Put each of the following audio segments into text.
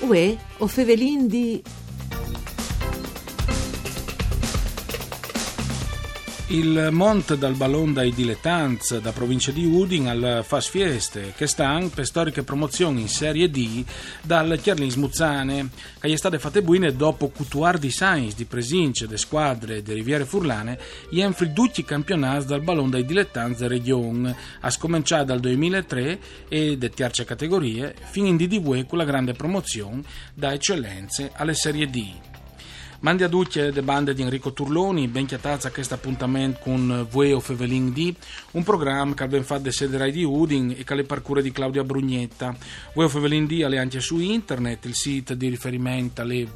Uè, o Fevelin di... Il Mont dal Ballon dai Dilettanti da provincia di Udin al Fas Fieste, che stanno per storiche promozioni in Serie D dal Chiarlins Muzzane, che è state fatte buine dopo cutuar di Sainz di Presince, de squadre de Riviere Furlane, gli enfri tutti i campionati dal Ballon dai Dilettanti da Region, a scominciare dal 2003 e de terze categorie, fino in DDV con la grande promozione da eccellenze alle Serie D. Mandi a tutte le bande di Enrico Turloni, ben chiatazza a questo appuntamento con Vue o Fevelin D, un programma che abbiamo fatto da sede Rai di Udin e che le parcure di Claudia Brugnetta. Vue o Fevelin D è anche su internet, il sito di riferimento è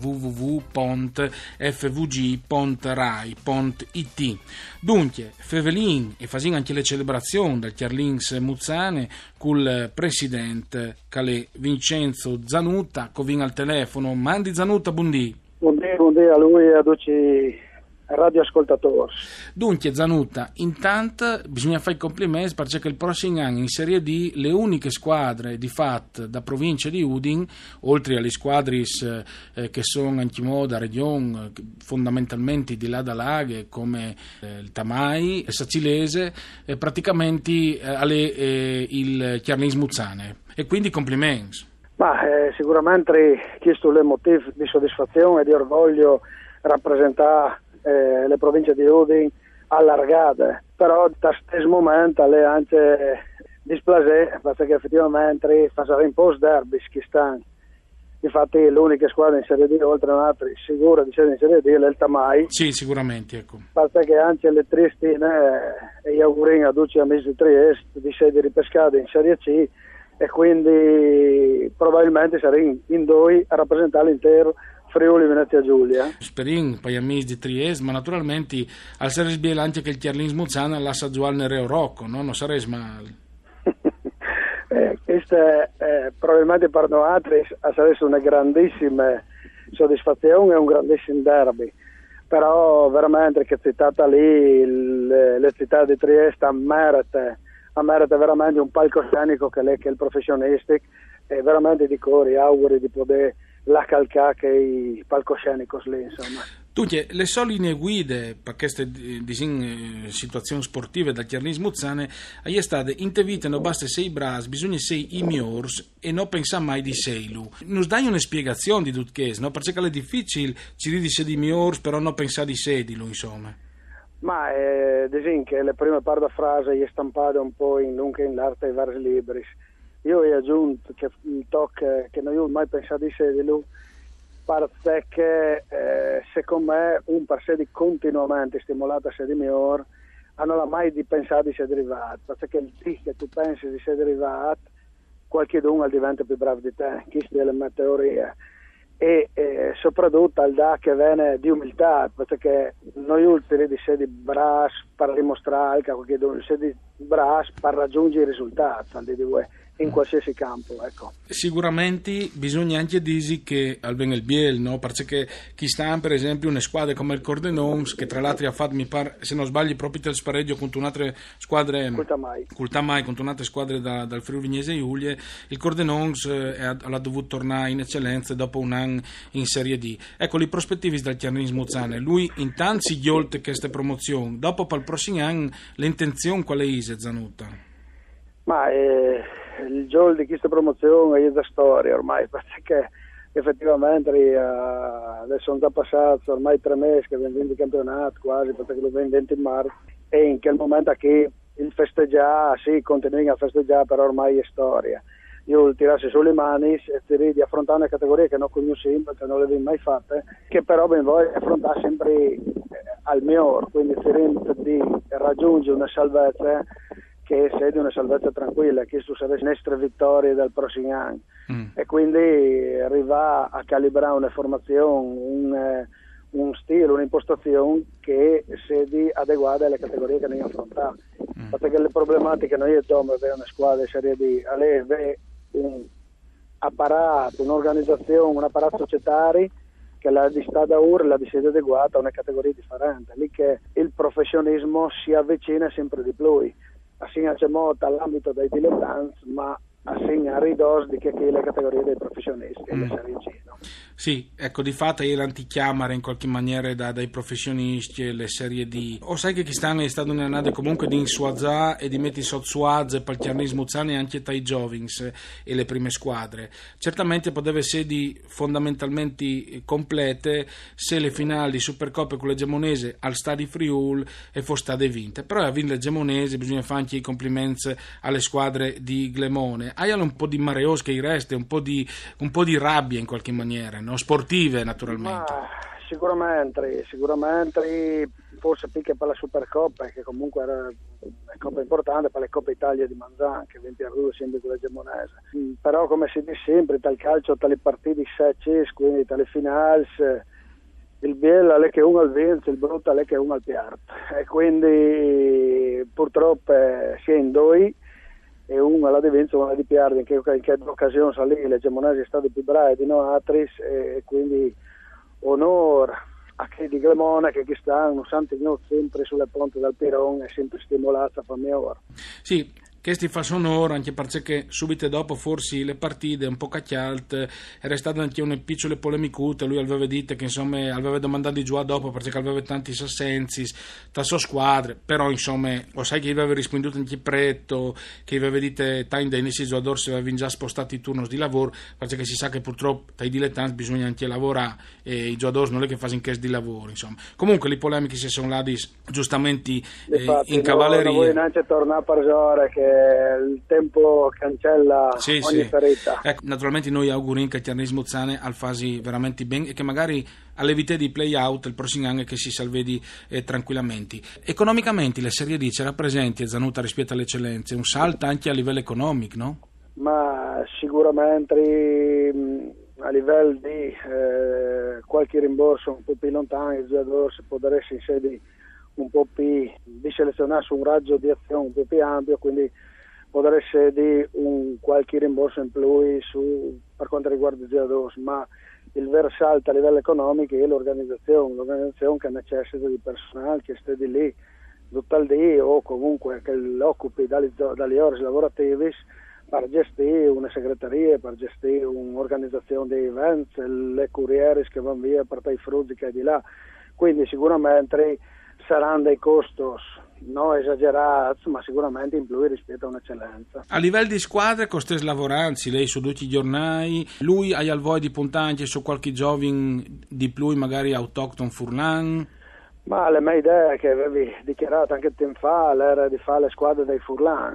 www.fvg.rai.it. Dunque, Fevelin e fasin anche le celebrazioni del Chiarlins Muzzane col presidente che è Vincenzo Zanutta, che viene al telefono. Mandi Zanutta, buondì. Buongiorno a lui e a tutti i radioascoltatori. Dunque Zanutta, intanto bisogna fare i complimenti perché il prossimo anno in Serie D le uniche squadre di fatto da provincia di Udin, oltre alle squadre che sono anche da regione, fondamentalmente di là da Laghe come il Tamai, il Sacilese, praticamente il Chiarlins Muzzane. E quindi complimenti. Ma sicuramente questo è il motivo di soddisfazione e di orgoglio rappresentare le province di Udin allargate, però da stesso momento è anche dispiacere perché effettivamente sarà un po' derby che stanno. Infatti l'unica squadra in Serie D oltre a un'altra sicura di essere in Serie D è il Tamai. Sì, sicuramente, ecco. Perché anche le Tristine e gli auguri a tutti gli amici di Trieste di essere ripescati in Serie C, e quindi probabilmente saremo in due a rappresentare l'intero Friuli Venezia Giulia. Speriamo per gli amici di Trieste, ma naturalmente al Series B anche che il Chiarlins Muzzane la sa giocare nel Reo Rocco, no? Non sarebbe male. Questa probabilmente per noi altri sarebbe una grandissima soddisfazione e un grandissimo derby, però veramente che citata lì le città di Trieste merita veramente un palcoscenico che è il professionistico e veramente di cuore auguri di poter la calcare che i palcoscenicos lì, insomma. Dunque, le sole linee guide per queste situazioni sportive da Chiarlins Muzzane è state interviste non basta sei bras, bisogna sei i miors e non pensa mai di seilu. Nos dai una spiegazione di tutto questo, no? Perché è difficile ci dice di miors, però non pensa di sedilu, insomma. Ma disin che le prime parti della frase è stampata un po' in lungo e in largo ai vari libri. Io ho aggiunto che un tocco che non ho mai pensato di sedilu perché secondo me un per sé di continuamente stimolato a sé di miglior non ha mai di pensare di essere derivato, perché il sì che tu pensi di essere derivato qualcuno diventa più bravo di te, questa è la mia teoria. E soprattutto al da che viene di umiltà, perché noi ultimi di sé di bras per dimostrare che qualcuno sé di bras per raggiungere i risultati in qualsiasi campo, ecco. Sicuramente bisogna anche dire che al ben il Biel, no? Perché chi sta per esempio una squadra come il Cordenons che tra l'altro ha fatto mi pare se non sbaglio proprio il spareggio contro un'altra squadra Cultamai contro un'altra squadra dal Friuli Venezia Giulia, il Cordenons ha dovuto tornare in eccellenza dopo un anno in Serie D. Ecco le prospettive del Chiarlins Muzzane, lui intanto si giolte queste promozioni, dopo per il prossimo anno l'intenzione qual è Zanutta? Ma il gioco di questa promozione è da storia ormai, perché effettivamente adesso sono già passati ormai 3 mesi che abbiamo vinto il campionato quasi, perché lo abbiamo vinto in marzo, e in quel momento che il festeggiare, sì, continuiamo a festeggiare, però ormai è storia. Io tirassi sulle mani e direi di affrontare una categoria che non conoscevo, perché non l'avevo mai fatta, che però ben voglio affrontare sempre al miglior, quindi direi di raggiungere una salvezza che sia di una salvezza tranquilla, che questo sarebbe le nostre vittorie del prossimo anno. E quindi arrivare a calibrare una formazione, un stile, un'impostazione che sia adeguata alle categorie che noi affrontiamo. Perché le problematiche noi abbiamo per una squadra di Serie D, è un apparato, un'organizzazione, un apparato societario che la di Stada UR la di sede adeguata a una categoria differente, lì che il professionismo si avvicina sempre di più. Assim c'è molto all'ambito dei dilettanti, ma a ridos di che è la categoria dei professionisti e le Serie G, no? Sì, ecco, di fatto è l'antichiamare in qualche maniera dai professionisti e le Serie D. O sai che quest'anno è stato un'annata comunque di insuazza e di metti sotto suazze per il Chiarnismo Muzzane anche tra i Giovings e le prime squadre. Certamente poteva essere fondamentalmente complete se le finali di Supercoppa con l'Egemonese al Stadi Friul e fosse state vinte. Però a vincere l'Egemonese bisogna fare anche i complimenti alle squadre di Glemone. Hai un po' di mareos che resta, un po' di rabbia in qualche maniera, no? Sportive naturalmente. Ma sicuramente, forse picche per la Supercoppa, che comunque era una coppa importante per le Coppe Italia di Manzan, che 20 a 2 sempre con l'Egemonese. Però come si dice sempre, tal calcio, tali partite secce, quindi tali finali, il bello è che uno al vince, il brutto è che uno al piarto. E quindi purtroppo si è in due, e uno alla di vince, uno alla di piardi, in che occasione lì l'Egemonese è stato più bravo di noi altri, e quindi onore a chi di Glemone che stanno sempre sulle ponte del Piron e sempre stimolata per me ora. Sì, che sti fa sonoro anche perché subito dopo forse le partite un po' cacchialte era stata anche una piccola polemicute, lui aveva detto che insomma aveva domandato di giù dopo perché aveva tanti assenzi tra sue squadre, però insomma lo sai che aveva risponduto anche Pretto, che aveva detto time dai nessi giocatori si avevano già spostati i turni di lavoro, perché si sa che purtroppo dai dilettanti bisogna anche lavorare e i giocatori non è che fanno in case di lavoro, insomma. Comunque le polemiche si sono là giustamente in cavalleria. Non vuoi neanche tornare per giocare che il tempo cancella ogni ferita. Ecco, naturalmente noi auguriamo che il Chiarnismo Muzzane al fasi veramente bene e che magari all'evite di play out il prossimo anno che si salvedi tranquillamente. Economicamente le Serie D ci rappresenti Zanuta rispetto alle eccellenze un salto anche a livello economico, no? Ma sicuramente a livello di qualche rimborso un po' più lontano il giocatore si può dare in sedi un po' più di selezionare su un raggio di azione un po' più ampio, quindi potrebbe essere di un qualche rimborso in più per quanto riguarda i giocatori, ma il vero salto a livello economico è l'organizzazione che necessita di personale che stia di lì tutto il giorno o comunque che l'occupi dalle ore lavorative per gestire una segreteria, per gestire un'organizzazione di events, le corriere che vanno via per i frutti che è di là, quindi sicuramente saranno dei costi non esagerati, ma sicuramente in più rispetto a un'eccellenza. A livello di squadre, con stessi lavoranti, lei su tutti i giornali, lui ha al voi di puntare su qualche giovane di più, magari autocton Furlan? Ma la mia idea che avevi dichiarato anche tempo fa era di fare le squadre dei Furlans,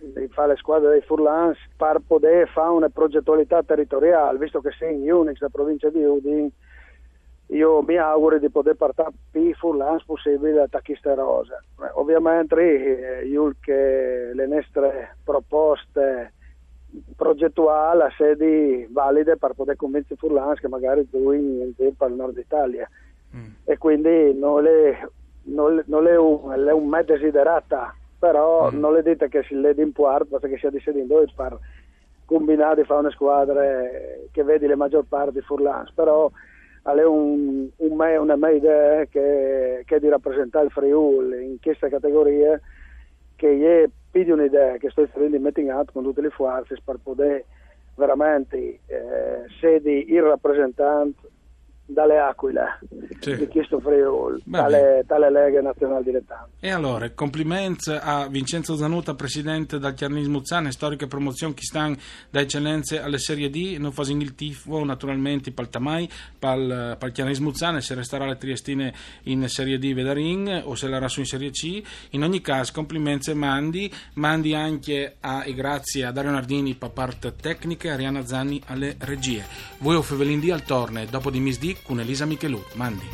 per poter fare una progettualità territoriale, visto che sei in Unix, la provincia di Udine. Io mi auguro di poter portare più Furlans possibile da queste rose. Ovviamente io che le nostre proposte progettuali a sedi valide per poter convincere Furlans che magari tu in tempo al nord Italia. E quindi non è un me desiderata, però non le dite che si le d'impuar perché sia di sedi in due per combinare di fare una squadra che vedi le maggior parte di Furlans, però è una mia idea che di rappresentare il Friuli in queste categorie, che è più di un'idea che sto facendo in meeting out con tutte le forze per poter veramente sedi il rappresentante dalle Aquile di questo Friuli, tale Lega Nazionale Dilettanti. E allora, complimenti a Vincenzo Zanuta, presidente del Chiarnismo Muzzane, storica promozione che stanno da eccellenze alle Serie D, non fa il tifo naturalmente per il Tamai, per il Chiarnismo Muzzane, se resterà le Triestine in Serie D Vedarin o se la Rasso in Serie C. In ogni caso, complimenti e mandi anche e grazie a Dario Nardini per parte tecnica e Arianna Zanni alle regie. Voi o Fevelin D al torne dopo di misdì con Elisa Michelut. Mandi.